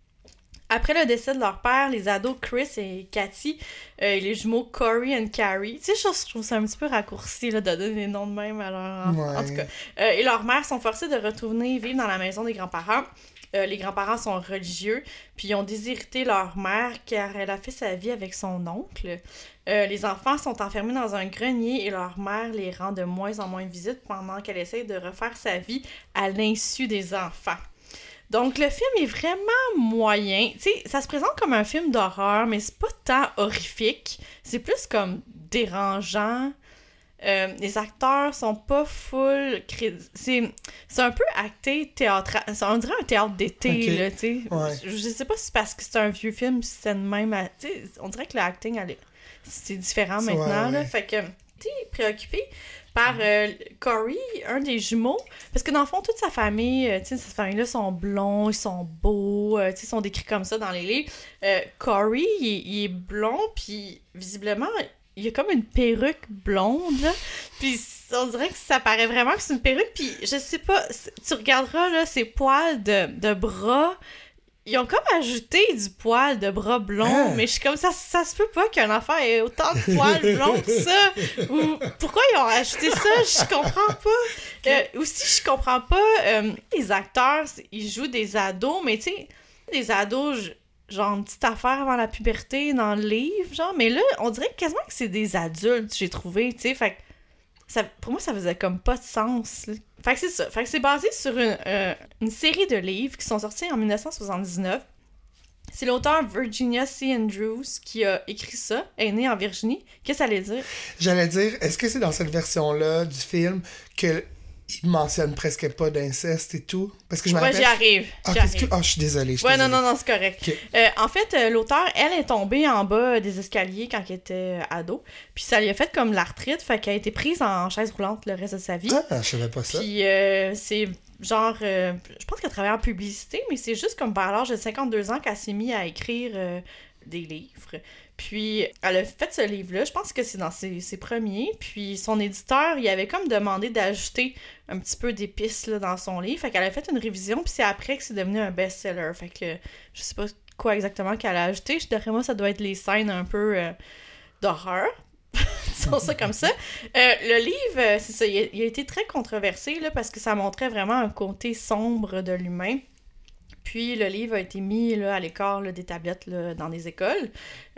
Après le décès de leur père, les ados Chris et Cathy et les jumeaux Corey et Carrie, tu sais, je trouve ça un petit peu raccourci là, de donner des noms de même à leur enfant. En tout cas. Et leurs mères sont forcées de retourner vivre dans la maison des grands-parents. Les grands-parents sont religieux, puis ils ont déshérité leur mère car elle a fait sa vie avec son oncle. Les enfants sont enfermés dans un grenier et leur mère les rend de moins en moins visites pendant qu'elle essaie de refaire sa vie à l'insu des enfants. Donc, le film est vraiment moyen. Tu sais, ça se présente comme un film d'horreur, mais c'est pas tant horrifique. C'est plus comme dérangeant. Les acteurs sont pas full... C'est un peu acté théâtral. On dirait un théâtre d'été, là, tu sais. Ouais. Je sais pas si c'est parce que c'est un vieux film, si c'est de même... Tu sais, on dirait que le acting, c'est différent maintenant, là. Fait que, tu sais, préoccupé par Corey, un des jumeaux, parce que dans le fond, toute sa famille, tu sais, cette famille-là sont blonds, ils sont beaux, tu sais, ils sont décrits comme ça dans les livres. Corey, il est blond, puis visiblement, il a comme une perruque blonde, là, puis on dirait que ça paraît vraiment que c'est une perruque, puis je sais pas, tu regarderas, là, ses poils de bras... Ils ont comme ajouté du poil de bras blond, mais je suis comme ça se peut pas qu'un enfant ait autant de poils blonds que ça. Ou pourquoi ils ont ajouté ça, je comprends pas. Aussi, je comprends pas, les acteurs, ils jouent des ados, mais tu sais, des ados, genre une petite affaire avant la puberté dans le livre, genre, mais là, on dirait quasiment que c'est des adultes, j'ai trouvé, tu sais, fait que pour moi, ça faisait comme pas de sens, là. Fait que c'est ça. Fait que c'est basé sur une série de livres qui sont sortis en 1979. C'est l'auteur Virginia C. Andrews qui a écrit ça. Elle est née en Virginie. Qu'est-ce que ça allait dire? J'allais dire, est-ce que c'est dans cette version-là du film que il mentionne presque pas d'inceste et tout? Parce que je me rappelle... j'y arrive. Je suis désolée. Non, c'est correct. Okay. En fait, l'auteur, elle est tombée en bas des escaliers quand elle était ado. Puis ça lui a fait comme l'arthrite. Fait qu'elle a été prise en chaise roulante le reste de sa vie. Ah, je savais pas ça. Puis c'est genre... je pense qu'elle travaille en publicité, mais c'est juste comme vers l'âge de 52 ans qu'elle s'est mise à écrire des livres. Puis, elle a fait ce livre-là, je pense que c'est dans ses premiers, puis son éditeur, il avait comme demandé d'ajouter un petit peu d'épices là, dans son livre, fait qu'elle a fait une révision, puis c'est après que c'est devenu un best-seller, fait que je sais pas quoi exactement qu'elle a ajouté, d'après moi, ça doit être les scènes un peu d'horreur, disons ça comme ça. Le livre, c'est ça, il a été très controversé, là, parce que ça montrait vraiment un côté sombre de l'humain. Puis le livre a été mis là, à l'écart là, des tablettes là, dans les écoles,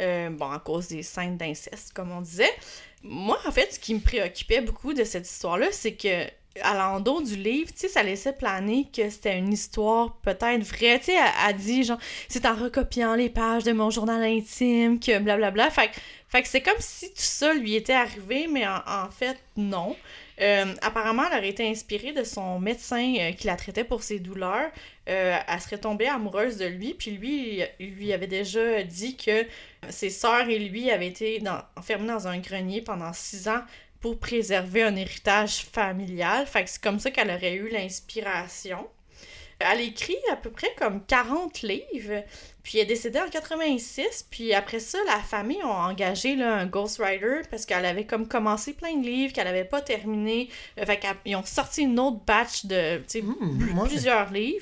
à cause des scènes d'inceste, comme on disait. Moi, en fait, ce qui me préoccupait beaucoup de cette histoire-là, c'est que à l'endos du livre, tu sais, ça laissait planer que c'était une histoire peut-être vraie. Tu sais, elle dit, genre, c'est en recopiant les pages de mon journal intime que blablabla. Fait que c'est comme si tout ça lui était arrivé, mais en fait, non. Apparemment, elle aurait été inspirée de son médecin qui la traitait pour ses douleurs. Elle serait tombée amoureuse de lui, puis lui, il lui avait déjà dit que ses sœurs et lui avaient été enfermés dans un grenier pendant 6 ans pour préserver un héritage familial. Fait que c'est comme ça qu'elle aurait eu l'inspiration. Elle écrit à peu près comme 40 livres, puis elle est décédée en 86, puis après ça, la famille a engagé là, un ghostwriter parce qu'elle avait comme commencé plein de livres qu'elle avait pas terminé. Fait qu'ils ont sorti une autre batch de plusieurs livres.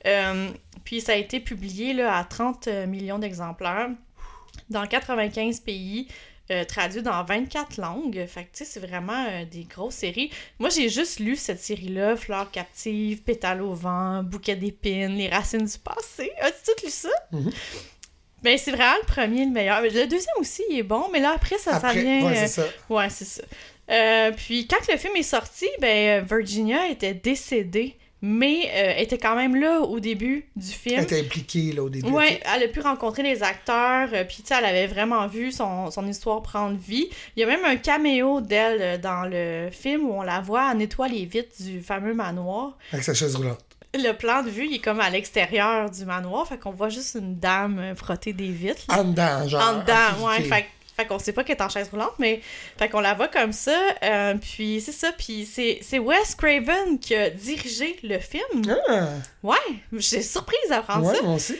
Puis ça a été publié là, à 30 millions d'exemplaires dans 95 pays. Traduit dans 24 langues. Fait que, tu sais, c'est vraiment des grosses séries. Moi, j'ai juste lu cette série-là, Fleurs captives, Pétales au vent, Bouquet d'épines, Les racines du passé. As-tu tout lu ça? Mm-hmm. Ben, c'est vraiment le premier, le meilleur. Le deuxième aussi, il est bon, mais là, après, ça vient... Ouais, c'est ça. Ouais, c'est ça. Puis, quand le film est sorti, ben, Virginia était décédée. Mais elle était quand même là au début du film. Elle était impliquée là au début. Oui, elle a pu rencontrer les acteurs, puis tu sais, elle avait vraiment vu son histoire prendre vie. Il y a même un caméo d'elle dans le film où on la voit nettoyer les vitres du fameux manoir. Avec sa chaise roulante. Le plan de vue, il est comme à l'extérieur du manoir, fait qu'on voit juste une dame frotter des vitres. En dedans, genre. En dedans, ouais, fait qu'on sait pas qu'elle est en chaise roulante, mais fait qu'on la voit comme ça. Puis c'est ça, puis c'est Wes Craven qui a dirigé le film. Ah! Ouais, j'étais surprise d'apprendre ça. Ouais, moi aussi.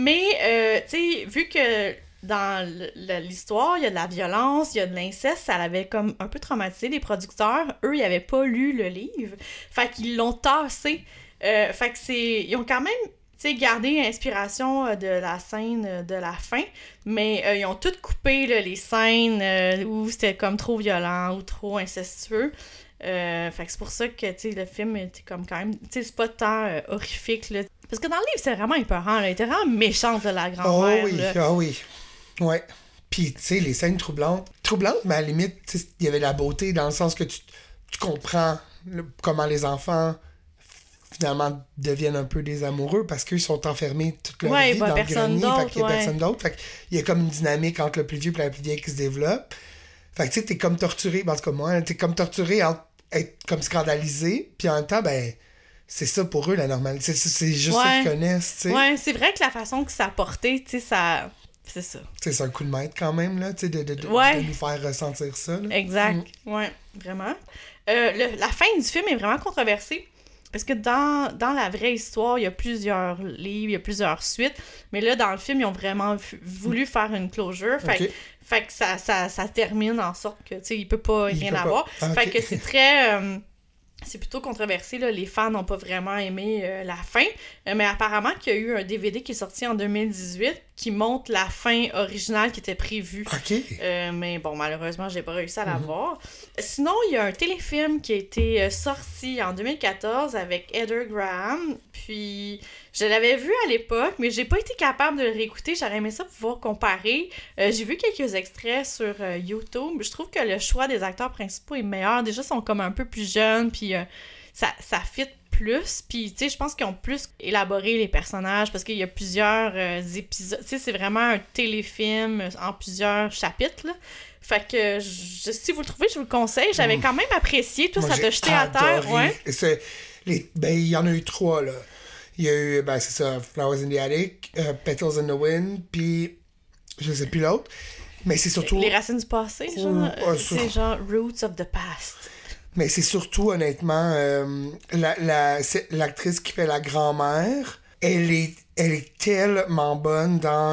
Mais, tu sais, vu que dans l'histoire, il y a de la violence, il y a de l'inceste, ça l'avait comme un peu traumatisé les producteurs. Eux, ils avaient pas lu le livre. Fait qu'ils l'ont tassé. Fait que ils ont quand même... Tu sais, garder inspiration de la scène de la fin, mais ils ont tout coupé, là, les scènes où c'était comme trop violent ou trop incestueux. Fait que c'est pour ça que, tu sais, le film était comme quand même... Tu sais, c'est pas tant horrifique, là. Parce que dans le livre, c'est vraiment épeurant, là. Elle était vraiment méchante, là, la grand-mère, oui, là. Ah oui, ouais. Puis, tu sais, les scènes troublantes, mais à la limite, il y avait la beauté dans le sens que tu comprends comment les enfants... finalement deviennent un peu des amoureux parce qu'ils sont enfermés toute leur vie dans le grenier, fait qu'il y a personne d'autre, fait qu'il y a comme une dynamique entre le plus vieux et la plus vieille qui se développe. Fait que tu sais, t'es comme torturé, en tout cas moi, t'es comme torturé à être comme scandalisé, puis en même temps, ben, c'est ça pour eux la normalité, c'est juste ça qu'ils connaissent, tu sais. Ouais, c'est vrai que la façon que ça a porté, tu sais, ça... C'est ça. C'est un coup de maître quand même, là, tu sais, de nous faire ressentir ça. Là. Exact, ouais, vraiment. La fin du film est vraiment controversée. Parce que dans la vraie histoire, il y a plusieurs livres, il y a plusieurs suites. Mais là, dans le film, ils ont vraiment voulu faire une closure. Fait que ça termine en sorte que, tu sais, il peut pas rien avoir. Fait que c'est très... c'est plutôt controversé, là. Les fans n'ont pas vraiment aimé la fin. Mais apparemment qu'il y a eu un DVD qui est sorti en 2018 qui montre la fin originale qui était prévue. Mais bon, malheureusement, j'ai pas réussi à la voir. Sinon, il y a un téléfilm qui a été sorti en 2014 avec Heather Graham. Puis, je l'avais vu à l'époque, mais j'ai pas été capable de le réécouter. J'aurais aimé ça pour pouvoir comparer. J'ai vu quelques extraits sur YouTube. Je trouve que le choix des acteurs principaux est meilleur. Déjà, ils sont comme un peu plus jeunes, puis... ça fit plus. Puis, tu sais, je pense qu'ils ont plus élaboré les personnages parce qu'il y a plusieurs épisodes. Tu sais, c'est vraiment un téléfilm en plusieurs chapitres, là. Fait que, si vous le trouvez, je vous le conseille. J'avais quand même apprécié. Toi, Moi, ça t'a jeté à terre, ouais. Il y en a eu 3, là. Il y a eu, c'est ça, Flowers in the Attic, Petals in the Wind, puis je sais plus l'autre. Mais c'est surtout... Les racines du passé, genre. C'est genre Roots of the Past. Mais c'est surtout, honnêtement, l'actrice qui fait la grand-mère, elle est tellement bonne dans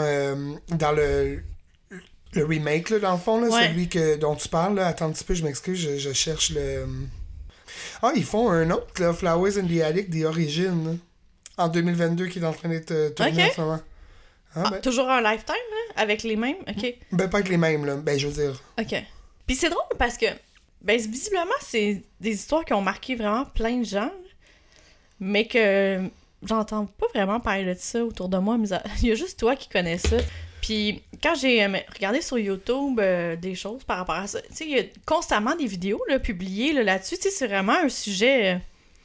le remake, là, dans le fond, là, celui dont tu parles. Là. Attends un petit peu, je m'excuse, je cherche le... Ah, ils font un autre, là, Flowers in the Attic, The Origin, là, en 2022, qui est en train d'être tourné en ce moment. Toujours un Lifetime, là, avec les mêmes? OK. Ben, pas avec les mêmes, là. Ben, je veux dire... OK. Puis c'est drôle parce que, visiblement, c'est des histoires qui ont marqué vraiment plein de gens, mais que j'entends pas vraiment parler de ça autour de moi. Mais il y a juste toi qui connais ça. Puis quand j'ai regardé sur YouTube des choses par rapport à ça, tu sais, il y a constamment des vidéos là, publiées là-dessus. Tu sais, c'est vraiment un sujet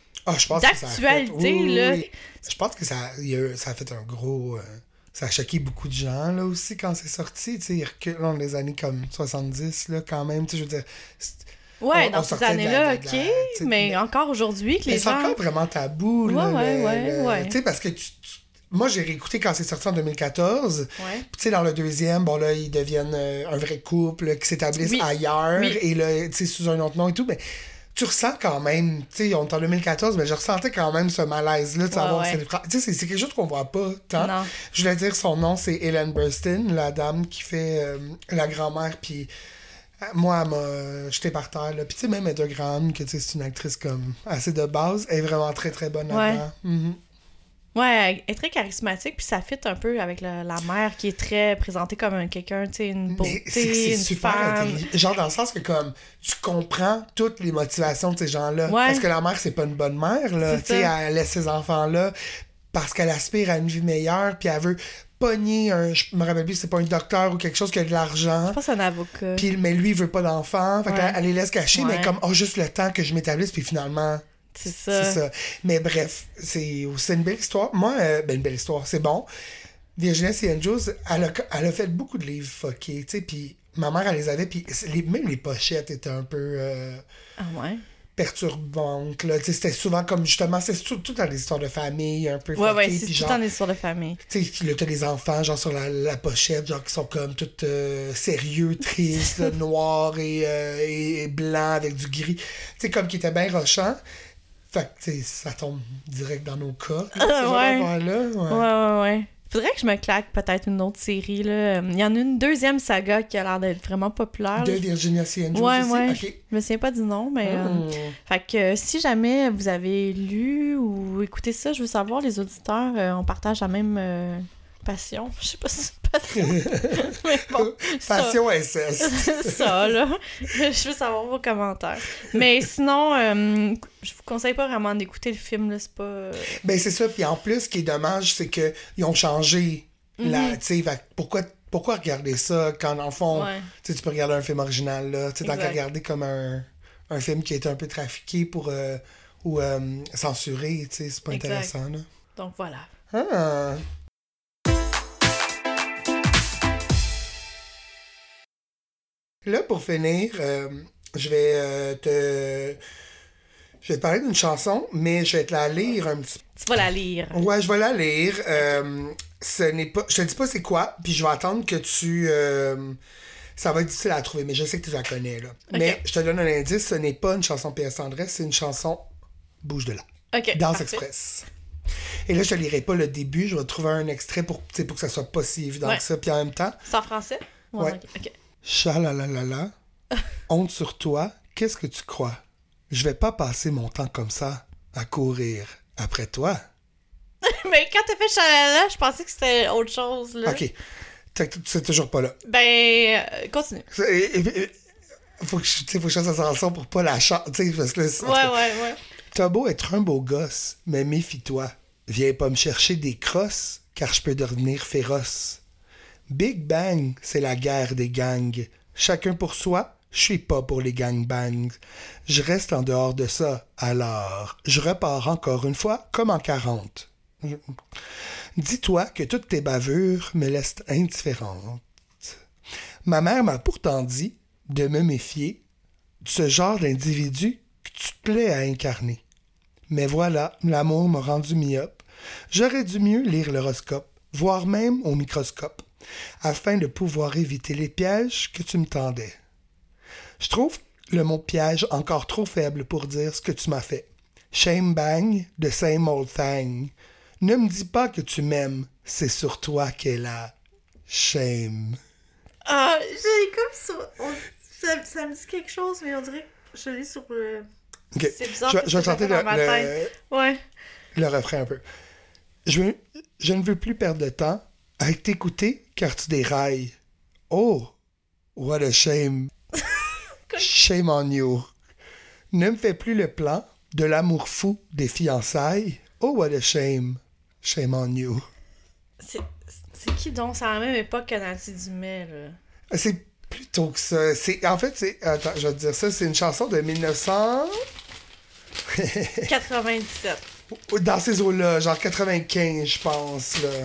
d'actualité. Oui. Je pense que ça a fait un gros... ça a choqué beaucoup de gens, là, aussi, quand c'est sorti. Tu sais, il recule dans les années comme 70, là, quand même. Tu sais, je veux dire... Ouais, dans ces années-là, OK, mais encore aujourd'hui, que les gens... C'est encore vraiment tabou, là. Ouais. Tu sais, parce que moi, j'ai réécouté quand c'est sorti en 2014. Ouais. Puis, tu sais, dans le deuxième, bon, là, ils deviennent un vrai couple qui s'établissent ailleurs. Oui. Et là, tu sais, sous un autre nom et tout. Mais tu ressens quand même, tu sais, on est en 2014, mais je ressentais quand même ce malaise-là de savoir tu sais, c'est quelque chose qu'on voit pas tant. Non. Je voulais dire, son nom, c'est Ellen Burstyn, la dame qui fait la grand-mère, puis... Moi, elle m'a jeté par terre, là. Puis, tu sais, même Heather Graham, que tu sais, c'est une actrice comme assez de base, elle est vraiment très, très bonne là-dedans. Mm-hmm. Ouais, elle est très charismatique, puis ça fit un peu avec la mère qui est très présentée comme quelqu'un, tu sais, une beauté, c'est une super femme. Genre, dans le sens que, comme, tu comprends toutes les motivations de ces gens-là. Ouais. Parce que la mère, c'est pas une bonne mère, là. Tu sais, elle laisse ses enfants là parce qu'elle aspire à une vie meilleure, puis elle veut pogner je me rappelle plus si c'est pas un docteur ou quelque chose qui a de l'argent. Je pense que c'est un avocat. Puis, mais lui, il veut pas d'enfants. Fait qu'elle les laisse cacher, mais comme, juste le temps que je m'établisse, puis finalement... C'est ça. Mais bref, c'est une belle histoire. Moi, une belle histoire, c'est bon. Virginia C. Andrews, elle a fait beaucoup de livres fuckés, tu sais, puis ma mère, elle les avait, puis même les pochettes étaient un peu... perturbante, là. Tu sais, c'était souvent comme, justement, c'est tout dans des histoires de famille, un peu fuckées. Ouais, c'est tout dans des histoires de famille. Tu sais, là, t'as des enfants, genre, sur la pochette, genre, qui sont comme tout sérieux, tristes, noirs et blancs avec du gris. Tu sais, comme qui étaient bien rochants. Fait que, tu sais, ça tombe direct dans nos cas, ce genre d'affaires-là. Ouais. Faudrait que je me claque peut-être une autre série, là. Il y en a une deuxième saga qui a l'air d'être vraiment populaire. De Virginia C. Andrews aussi? Ouais. Okay. Je me souviens pas du nom, mais... Fait que si jamais vous avez lu ou écouté ça, je veux savoir, les auditeurs, on partage la même passion. Je sais pas si c'est passion. Mais bon, passion SS. ça, là. Je veux savoir vos commentaires. Mais sinon, je vous conseille pas vraiment d'écouter le film, là. C'est pas... Ben, c'est ça. Puis en plus, ce qui est dommage, c'est qu'ils ont changé la... Tu sais, pourquoi regarder ça quand, dans le fond, tu peux regarder un film original, là. Tu sais, tant qu'à regarder comme un film qui a été un peu trafiqué ou censuré, tu sais, c'est pas intéressant, là. Donc, voilà. Ah... Là, pour finir, je vais te parler d'une chanson, mais je vais te la lire un petit peu. Tu vas la lire. Ouais, je vais la lire. Ce n'est pas... Je te dis pas c'est quoi, puis je vais attendre que tu... ça va être difficile à trouver, mais je sais que tu la connais, là. Okay. Mais je te donne un indice, ce n'est pas une chanson P.S. Tendresse, c'est une chanson Bouge de là. OK. Danse Express. Et là, je te lirai pas le début, je vais trouver un extrait pour que ça soit pas si évident que ça, puis en même temps... C'est en français? Ouais. OK. Chalalalala, honte sur toi, qu'est-ce que tu crois? Je vais pas passer mon temps comme ça, à courir après toi. Mais quand t'as fait chalala, je pensais que c'était autre chose, là. OK. C'est toujours pas là. Ben, continue. Faut que je fasse la chanson pour pas la chanter, parce que là, Ouais. T'as beau être un beau gosse, mais méfie-toi. Viens pas me chercher des crosses, car je peux devenir féroce. Big Bang, c'est la guerre des gangs. Chacun pour soi, Je suis pas pour les gangbangs. Je reste en dehors de ça. Alors, je repars encore une fois comme en 40. Dis-toi que toutes tes bavures me laissent indifférente. Ma mère m'a pourtant dit de me méfier de ce genre d'individu que tu te plais à incarner. Mais voilà, l'amour m'a rendu myope. J'aurais dû mieux lire l'horoscope, voire même au microscope, afin de pouvoir éviter les pièges que tu me tendais. Je trouve le mot piège encore trop faible pour dire ce que tu m'as fait. Shame bang, the same old thing. Ne me dis pas que tu m'aimes, c'est sur toi qu'est la shame. Ah, j'ai comme ça. Ça me dit quelque chose, mais on dirait que je l'ai sur le. Okay. C'est bizarre. Je vais chanter Ouais. le refrain un peu. Je ne veux plus perdre de temps à t'écouter car tu dérailles. Oh, what a shame. Shame on you. Ne me fais plus le plan de l'amour fou des fiançailles. Oh, what a shame. Shame on you. C'est qui donc? C'est à la même époque que Nancy Dumais, là. C'est plutôt que ça. Attends, je vais te dire ça. C'est une chanson de 1900... 97. Dans ces eaux-là, genre 95, je pense, là.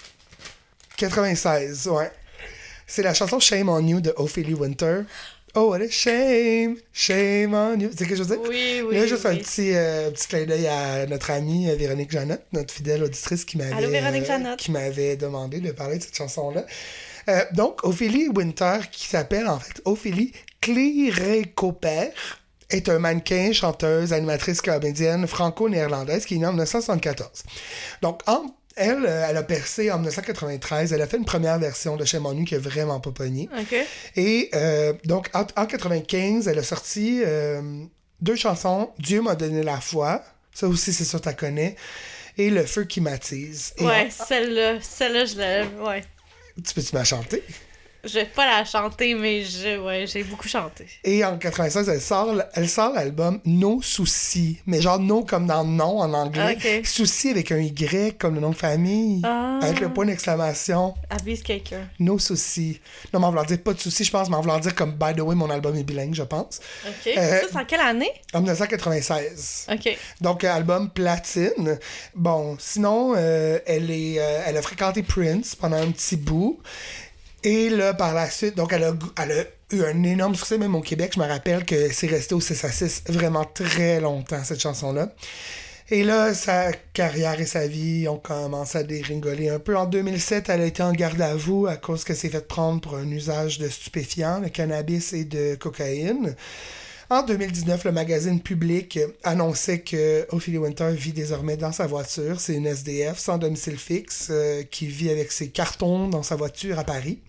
96, ouais. C'est la chanson Shame on You de Ophélie Winter. Oh, what a shame, shame on you. C'est ce que je veux dire? Oui. Là, juste un petit clin d'œil à notre amie Véronique Janotte, notre fidèle auditrice Allô, Véronique Janotte. qui m'avait demandé de parler de cette chanson-là. Donc, Ophélie Winter, qui s'appelle en fait Ophélie Clérecopère, est un mannequin, chanteuse, animatrice comédienne franco-néerlandaise qui est née en 1974. Donc, elle a percé en 1993. Elle a fait une première version de Shame on You qui a vraiment pas pogné. OK. Et donc, en 1995, elle a sorti 2 chansons. Dieu m'a donné la foi. Ça aussi, c'est sûr, tu la connais. Et Le feu qui m'attise. Ouais, celle-là, je l'ai... Ouais. Tu peux-tu la chanter? Je vais pas la chanter, mais j'ai beaucoup chanté. Et en 96, elle sort l'album No Soucis. Mais genre no comme dans non en anglais. Okay. Soucis avec un Y comme le nom de famille. Avec le point d'exclamation. Avise quelqu'un. No Soucis. Non, mais en voulant dire pas de soucis, je pense, mais en voulant dire comme by the way, mon album est bilingue, je pense. OK. Ça, c'est en quelle année? En 1996. OK. Donc, album platine. Bon, sinon, elle a fréquenté Prince pendant un petit bout. Et là, par la suite, donc elle a eu un énorme succès, même au Québec. Je me rappelle que c'est resté au 6 à 6 vraiment très longtemps, cette chanson-là. Et là, sa carrière et sa vie ont commencé à dégringoler un peu. En 2007, elle a été en garde à vous à cause qu'elle s'est fait prendre pour un usage de stupéfiants, de cannabis et de cocaïne. En 2019, le magazine Public annonçait que Ophélie Winter vit désormais dans sa voiture. C'est une SDF sans domicile fixe qui vit avec ses cartons dans sa voiture à Paris.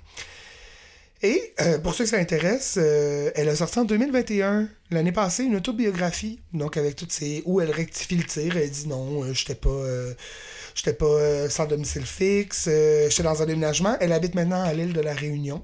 Et pour ceux que ça intéresse, elle a sorti en 2021, l'année passée, une autobiographie. Donc avec toutes ces... où elle rectifie le tir. Elle dit non, j'étais pas sans domicile fixe, j'étais dans un déménagement. Elle habite maintenant à l'île de la Réunion.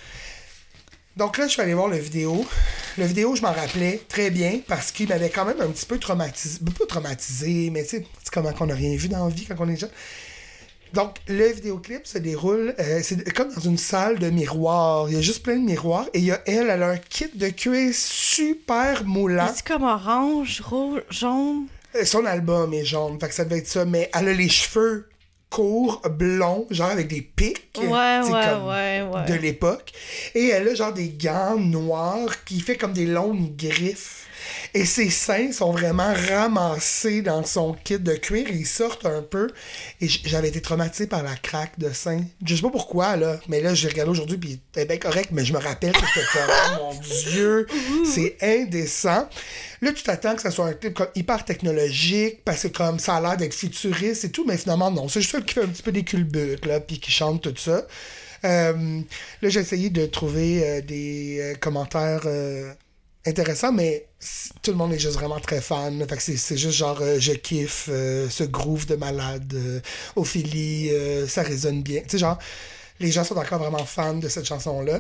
Donc là, je suis allé voir le vidéo. Le vidéo, je m'en rappelais très bien parce qu'il m'avait quand même un petit peu traumatisé. Pas traumatisé, mais tu sais, c'est comment qu'on n'a rien vu dans la vie quand on est jeune. Donc, le vidéoclip se déroule, c'est comme dans une salle de miroirs. Il y a juste plein de miroirs et elle a un kit de cuir super moulant. C'est comme orange, rouge, jaune. Son album est jaune, fait que ça devait être ça, mais elle a les cheveux courts, blonds, genre avec des pics. Ouais. De l'époque. Et elle a genre des gants noirs qui fait comme des longues griffes. Et ses seins sont vraiment ramassés dans son kit de cuir et ils sortent un peu. Et j'avais été traumatisé par la craque de sein. Je sais pas pourquoi, là. Mais là, j'ai regardé aujourd'hui puis c'était bien correct. Mais je me rappelle que j'étais comme, oh mon Dieu, c'est indécent. Là, tu t'attends que ça soit un clip comme hyper technologique parce que comme ça a l'air d'être futuriste et tout. Mais finalement, non. C'est juste elle qui fait un petit peu des culbutes, là, puis qui chante tout ça. Là, j'ai essayé de trouver des commentaires... intéressant, mais tout le monde est juste vraiment très fan. Fait que c'est juste genre, je kiffe ce groove de malade. Ophélie, ça résonne bien. Tu sais, genre, les gens sont encore vraiment fans de cette chanson-là.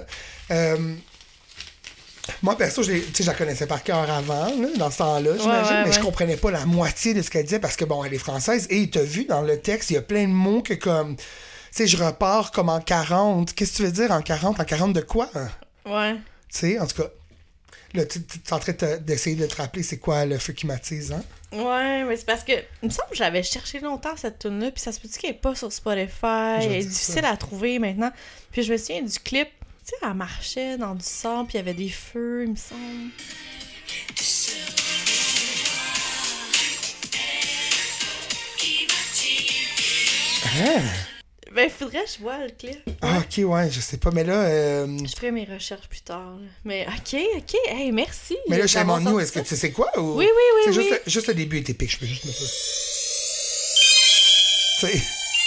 Moi, perso, je la connaissais par cœur avant, là, dans ce temps-là, j'imagine, mais je comprenais pas la moitié de ce qu'elle disait parce que, bon, elle est française et t'as vu dans le texte, il y a plein de mots que comme, tu sais, je repars comme en 40. Qu'est-ce que tu veux dire en 40? En 40 de quoi? Hein? Ouais. Tu sais, en tout cas. Là, tu es en train d'essayer de te rappeler c'est quoi le feu qui m'attise, hein? Ouais, mais c'est parce que, il me semble que j'avais cherché longtemps cette tune-là, puis ça se peut-tu qu'elle est pas sur Spotify, elle est difficile à trouver maintenant. Puis je me souviens du clip, tu sais, elle marchait dans du sang, puis il y avait des feux, il me semble. Ah! Ben, faudrait que je vois le clip. Ah, ok, ouais, je sais pas, mais là... Je ferai mes recherches plus tard. Là. Mais ok, hey, merci. Mais là, Shame on You, est-ce que tu sais quoi? Ou... Oui. C'est juste le début est épique, je peux juste me faire. Tu sais...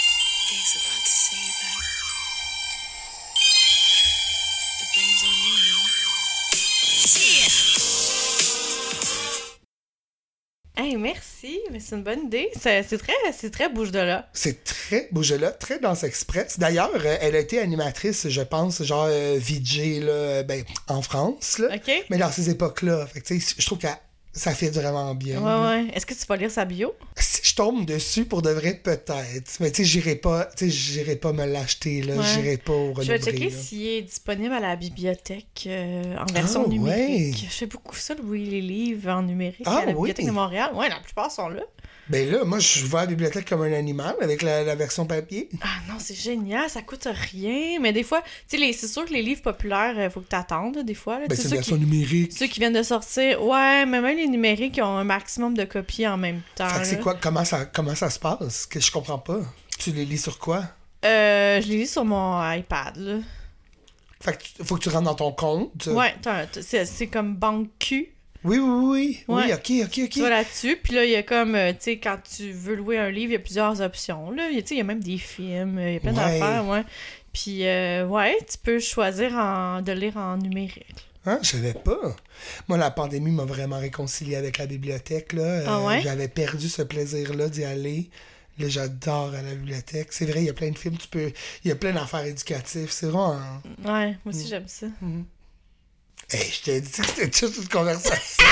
Hey, merci, mais c'est une bonne idée. C'est très bouge de là. C'est très bouge-là, très Danse Express. D'ailleurs, elle a été animatrice, je pense, genre VJ, là, ben, en France, là. OK. Mais dans ces époques-là. Fait que, tu sais, je trouve que ça fait vraiment bien. Ouais. Est-ce que tu vas lire sa bio? Si je tombe dessus, pour de vrai, peut-être. Mais tu sais, j'irai pas me l'acheter, là. Ouais. J'irai pas au Renaud Je vais checker là. s'il est disponible à la bibliothèque en version numérique. Ouais. Je fais beaucoup ça, louer les livres en numérique Ah, à la Bibliothèque oui. de Montréal. Ouais, la plupart sont là. Ben là, moi, je vais à la bibliothèque comme un animal avec la version papier. Ah non, c'est génial, ça coûte rien. Mais des fois, tu sais, c'est sûr que les livres populaires, il faut que tu attendes, des fois. Là. Ben, Tu sais, c'est une ceux version numérique. ceux qui viennent de sortir, ouais, mais même les numériques, ils ont un maximum de copies en même temps. Fait que c'est là. quoi, comment ça se passe? Que je comprends pas. Tu les lis sur quoi? Je les lis sur mon iPad, là. Fait que faut que tu rentres dans ton compte. Ouais, c'est comme Banque Q. Oui. Ouais. Oui, ok. Tu vas là-dessus, puis là, il y a comme, tu sais, quand tu veux louer un livre, il y a plusieurs options, là. Tu sais, il y a même des films, il y a plein d'affaires, ouais. Puis, ouais, tu peux choisir de lire en numérique. Hein, je savais pas. Moi, la pandémie m'a vraiment réconcilié avec la bibliothèque, là. Ah ouais? J'avais perdu ce plaisir-là d'y aller. Là, j'adore à la bibliothèque. C'est vrai, il y a plein de films, il y a plein d'affaires éducatives. C'est vraiment... Ouais, moi aussi, j'aime ça. Hey, je t'ai dit que c'était juste une conversation.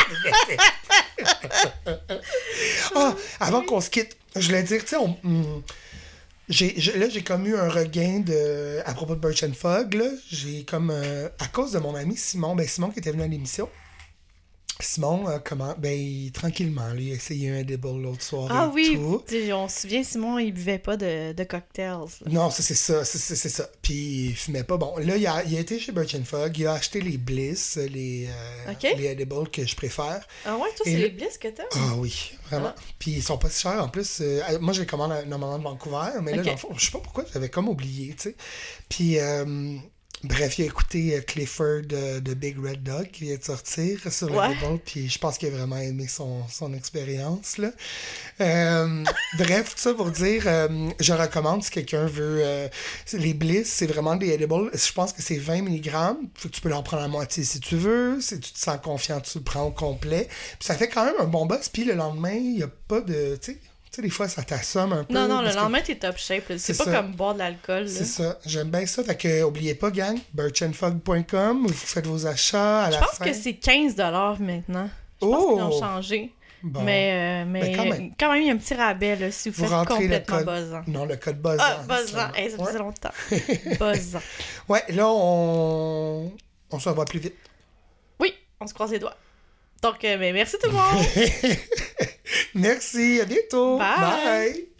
Avant qu'on se quitte, je voulais dire, tu sais, j'ai comme eu un regain à propos de Birch and Fog, là. J'ai comme, à cause de mon ami Simon qui était venu à l'émission. Simon, tranquillement, là, il a essayé un edible l'autre soir Ah et oui, tout. on se souvient, Simon, il buvait pas de cocktails. Là. Non, c'est ça. Puis il fumait pas. Bon, là, il a été chez Birch and Fog, il a acheté les Bliss, les edibles que je préfère. Ah ouais, toi, c'est les Bliss que t'as? Ah oui, vraiment. Puis ils sont pas si chers en plus. Moi, je les commande normalement de Vancouver, mais là, dans le fond, je sais pas pourquoi, j'avais comme oublié, tu sais. Puis... bref, il a écouté Clifford de Big Red Dog qui vient de sortir sur le label, puis je pense qu'il a vraiment aimé son expérience, là. Bref, tout ça pour dire, je recommande si quelqu'un veut... les Bliss, c'est vraiment des edibles. Je pense que c'est 20 mg. Faut que tu peux en prendre la moitié si tu veux. Si tu te sens confiant, tu le prends au complet. Puis ça fait quand même un bon buzz. Puis le lendemain, il n'y a pas de... Tu sais, des fois, ça t'assomme un peu. Non, le lendemain, t'es top shape. C'est pas comme boire de l'alcool. Là. C'est ça. J'aime bien ça. Fait que, oubliez pas, gang, birchandfog.com. Vous faites vos achats à la fin. Je pense que c'est 15$ maintenant. Je pense qu'ils ont changé. Bon. Mais quand même, il y a un petit rabais là, si vous faites complètement buzzant. Non, le code buzzant. Ah, buzzant. Hey, ça faisait longtemps. Buzzant. Ouais, là, on se revoit plus vite. Oui, on se croise les doigts. Donc, merci tout le monde. Merci, à bientôt. Bye.